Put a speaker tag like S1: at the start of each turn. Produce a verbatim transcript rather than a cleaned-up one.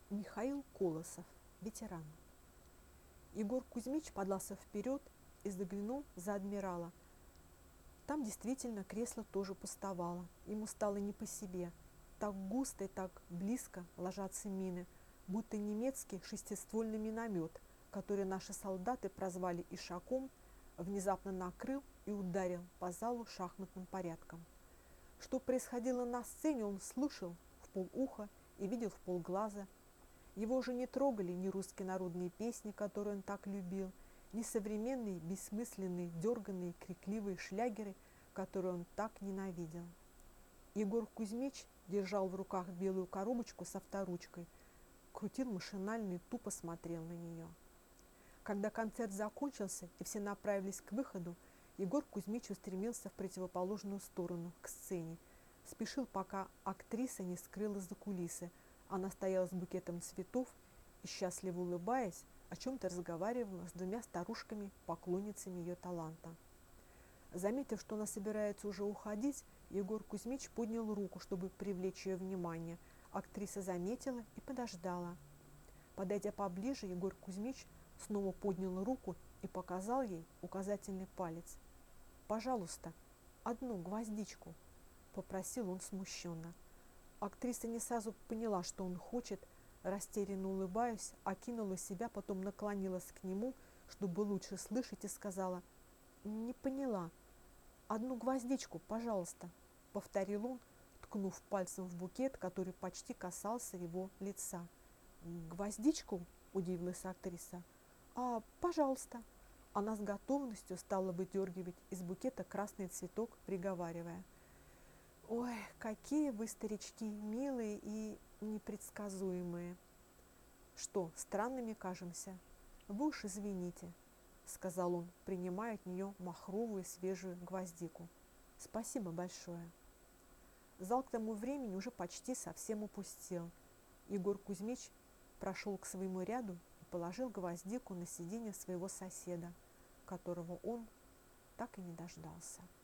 S1: Михаил Колосов, ветеран. Егор Кузьмич подался вперед и заглянул за адмирала. Там действительно кресло тоже пустовало. Ему стало не по себе. Так густо и так близко ложатся мины, будто немецкий шестиствольный миномет, который наши солдаты прозвали Ишаком, внезапно накрыл и ударил по залу шахматным порядком. Что происходило на сцене, он слышал в полуха и видел в полглаза. Его уже не трогали ни русские народные песни, которые он так любил, ни современные, бессмысленные, дерганные, крикливые шлягеры, которые он так ненавидел. Егор Кузьмич держал в руках белую коробочку с авторучкой, крутил машинально и тупо смотрел на нее. Когда концерт закончился и все направились к выходу, Егор Кузьмич устремился в противоположную сторону, к сцене. Спешил, пока актриса не скрылась за кулисы. Она стояла с букетом цветов и, счастливо улыбаясь, о чем-то разговаривала с двумя старушками, поклонницами ее таланта. Заметив, что она собирается уже уходить, Егор Кузьмич поднял руку, чтобы привлечь ее внимание. Актриса заметила и подождала. Подойдя поближе, Егор Кузьмич снова поднял руку и показал ей указательный палец. «Пожалуйста, одну гвоздичку», – попросил он смущенно. Актриса не сразу поняла, что он хочет, растерянно улыбаясь, окинула себя, потом наклонилась к нему, чтобы лучше слышать, и сказала: «Не поняла. Одну гвоздичку, пожалуйста», – повторил он, ткнув пальцем в букет, который почти касался его лица. «Гвоздичку?» – удивилась актриса. «А, пожалуйста». Она с готовностью стала выдергивать из букета красный цветок, приговаривая: «Ой, какие вы, старички, милые и непредсказуемые! Что, странными кажемся? Вы уж извините», — сказал он, принимая от нее махровую свежую гвоздику. «Спасибо большое». Зал к тому времени уже почти совсем опустел. Егор Кузьмич прошел к своему ряду и положил гвоздику на сиденье своего соседа, которого он так и не дождался.